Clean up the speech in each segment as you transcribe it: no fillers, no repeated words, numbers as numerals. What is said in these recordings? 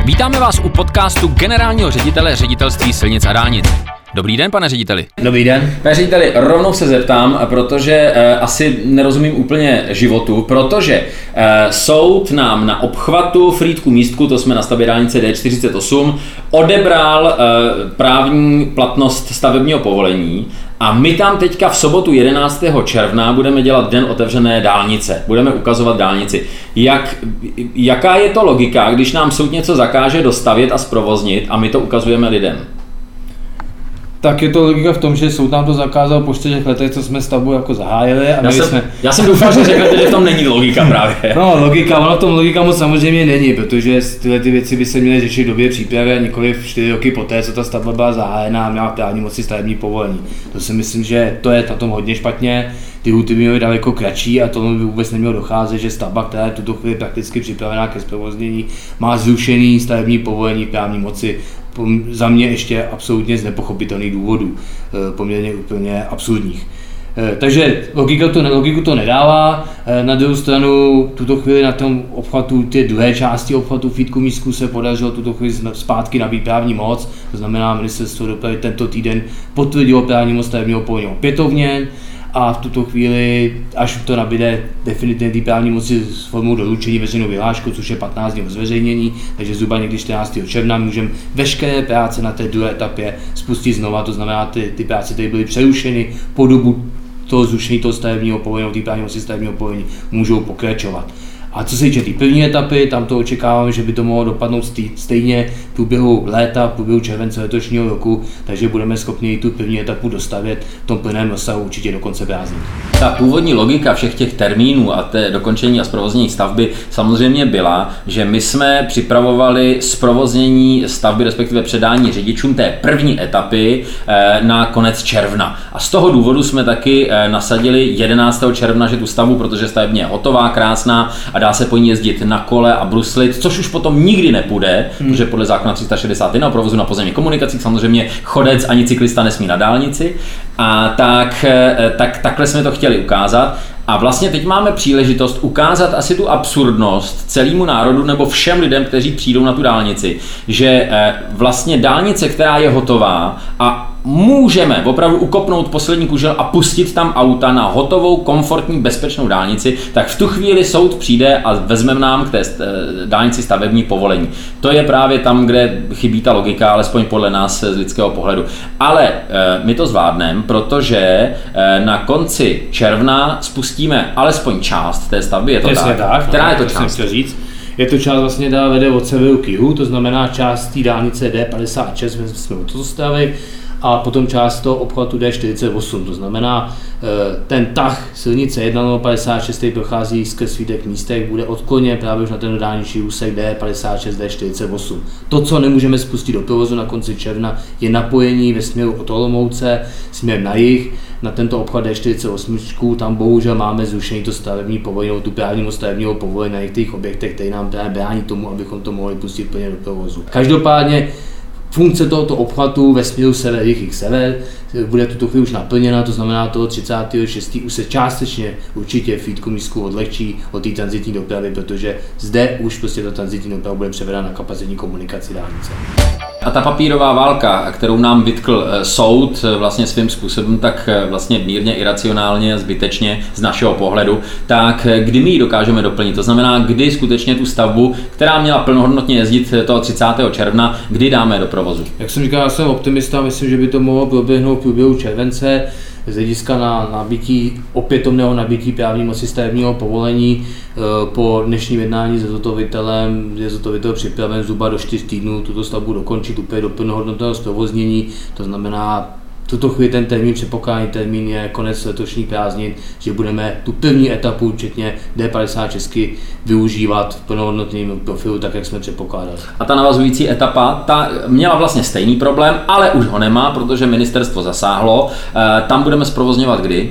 Vítáme vás u podcastu generálního ředitele Ředitelství silnic a dálnic. Dobrý den, pane řediteli. Dobrý den. Pane řediteli, rovnou se zeptám, protože asi nerozumím úplně životu, protože soud nám na obchvatu Frýdku Místku, to jsme na stavbě dálnice D48, odebral právní platnost stavebního povolení a my tam teďka v sobotu 11. června budeme dělat den otevřené dálnice, budeme ukazovat dálnici. Jaká je to logika, když nám soud něco zakáže dostavět a zprovoznit a my to ukazujeme lidem? Tak je to logika v tom, že soud nám to zakázal po 4 letech, co jsme stavbu jako zahájili. A já jsem doufal, že řeknete, že v tom není logika právě. No logika, ono v tom logika moc samozřejmě není, protože tyhle ty věci by se měly řešit v době přípravy a nikoli 4 roky poté, co ta stavba byla zahájena a měla právní moci stavební povolení. To si myslím, že to je na tom hodně špatně. Ty lhůty by měly daleko kratší a tomu by vůbec nemělo docházet, že stavba, která je v tuto chvíli prakticky připravená ke zprovoznění, má zrušený stavební povolení právní moci. Za mě ještě absolutně z nepochopitelných důvodů, poměrně úplně absurdních. Takže logiku to nedává. Na druhou stranu tuto chvíli na tom obchvatu, ty druhé části obchvatu Frýdku Místku se podařilo tuto chvíli zpátky nabít právní moc, to znamená ministerstvo dopravy tento týden potvrdilo právní moc stavebního povolení opětovně. A v tuto chvíli, až to nabíde definitivně právní moci s formou doručení veřejnou vyhláškou, což je 15 dní od zveřejnění, takže zhruba někdy 14. června můžeme veškeré práce na té druhé etapě spustit znova, to znamená ty práce, které byly přerušeny po dobu toho zrušení toho stavebního povolení, té právní moci stavebního povolení, můžou pokračovat. A co se týče té první etapy, tam to očekáváme, že by to mohlo dopadnout stejně v průběhu léta, v průběhu července letošního roku, takže budeme schopni tu první etapu dostavět v tom plném rozsahu určitě do konce prázdnin. Ta původní logika všech těch termínů a té dokončení a zprovoznění stavby samozřejmě byla, že my jsme připravovali zprovoznění stavby, respektive předání řidičům té první etapy na konec června. A z toho důvodu jsme taky nasadili 11. června, že tu stavbu, protože stavebně je hotová, krásná a dá se po ní jezdit na kole a bruslit, což už potom nikdy nepůjde, protože podle zákona 361 o provozu na pozemních komunikacích samozřejmě chodec ani cyklista nesmí na dálnici. A takhle jsme to chtěli ukázat. A vlastně teď máme příležitost ukázat asi tu absurdnost celému národu nebo všem lidem, kteří přijdou na tu dálnici, že vlastně dálnice, která je hotová a můžeme opravdu ukopnout poslední kužel a pustit tam auta na hotovou, komfortní, bezpečnou dálnici, tak v tu chvíli soud přijde a vezme nám k té dálnici stavební povolení. To je právě tam, kde chybí ta logika, alespoň podle nás z lidského pohledu. Ale my to zvládneme, protože na konci června spustíme alespoň část té stavby, je to tak? Která je to část? Je to část vlastně dá vede od severu k jihu, to znamená část té dálnice D56, jsme to stavili, a potom část toho obchvatu D48, to znamená ten tah silnice 1056, který prochází skrz Frýdek Místek, bude odkloněn právě už na ten dálniční úsek D56, D48. To, co nemůžeme spustit do provozu na konci června, je napojení ve směru od Olomouce směrem na jih, na tento obchvat D48, tam bohužel máme zrušení to stavební povolení, tu právního stavebního povolení na některých objektech, které nám právě brání tomu, abychom to mohli pustit plně do provozu. Každopádně funkce tohoto obchvatu ve směru sever bude tuto chvíli už naplněna, to znamená toho 36. už se částečně určitě Frýdku Místku odlehčí od té tranzitní dopravy, protože zde už prostě ta tranzitní doprava bude převedena na kapacitní komunikaci dálnice. A ta papírová válka, kterou nám vytkl soud vlastně svým způsobem, tak vlastně mírně iracionálně, zbytečně z našeho pohledu, tak kdy my ji dokážeme doplnit? To znamená, kdy skutečně tu stavbu, která měla plnohodnotně jezdit toho 30. června, kdy dáme do provozu? Jak jsem říkal, já jsem optimista, myslím, že by to mohlo proběhnout v průběhu července z hlediska na opětovného nabití právní moci stavebního povolení. Po dnešním jednání se zhotovitelem je zhotovitel připraven zhruba do 4 týdnů tuto stavbu dokončit úplně do plnohodnotného zprovoznění, to znamená v tuto chvíli ten termín, předpokládaný termín je konec letošních prázdnin, že budeme tu první etapu, včetně D56, využívat v plnohodnotném profilu, tak jak jsme předpokládali. A ta navazující etapa, ta měla vlastně stejný problém, ale už ho nemá, protože ministerstvo zasáhlo. Tam budeme zprovozňovat kdy?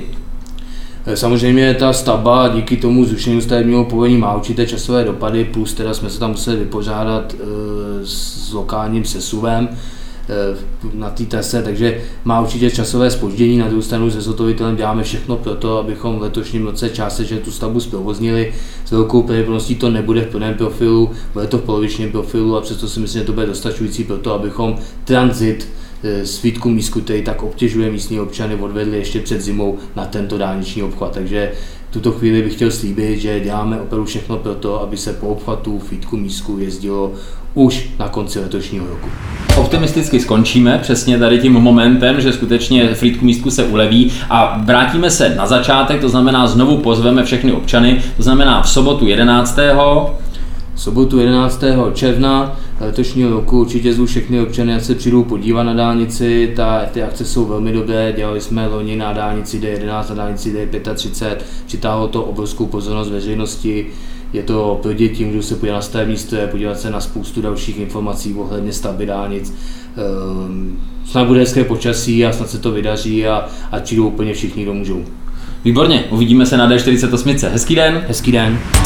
Samozřejmě ta stavba díky tomu zrušení stavebního povolení má určité časové dopady, plus teda jsme se tam museli vypořádat s lokálním sesuvem. na té trase, takže má určitě časové zpoždění. Na druhou stranu se zhotovitelem děláme všechno pro to, abychom v letošním roce částečně tu stavbu zprovoznili. S velkou pravděpodobností to nebude v plném profilu, bude to v polovičním profilu a přesto si myslím, že to bude dostačující pro to, abychom tranzit z Frýdku Místku, který tak obtěžuje místní občany, odvedli ještě před zimou na tento dálniční obchvat. Takže v tuto chvíli bych chtěl slíbit, že děláme opravdu všechno pro to, aby se po obchvatu Frýdku Místku jezdilo už na konci letošního roku. Optimisticky skončíme přesně tady tím momentem, že skutečně Frýdku Místku se uleví a vrátíme se na začátek, to znamená znovu pozveme všechny občany, to znamená v sobotu 11. sobotu 11. června letošního roku určitě zvu všechny občany, ať se přijdou podívat na dálnici. Ty akce jsou velmi dobré, dělali jsme loni na dálnici D11, na dálnici D35, přitáhlo to obrovskou pozornost veřejnosti. Je to pro děti, můžou se podívat na stavební stroje, podívat se na spoustu dalších informací ohledně stavby dálnic. Snad bude hezké počasí a snad se to vydaří a přijdou úplně všichni, kdo můžou. Výborně, uvidíme se na D48. Hezký den. Hezký den.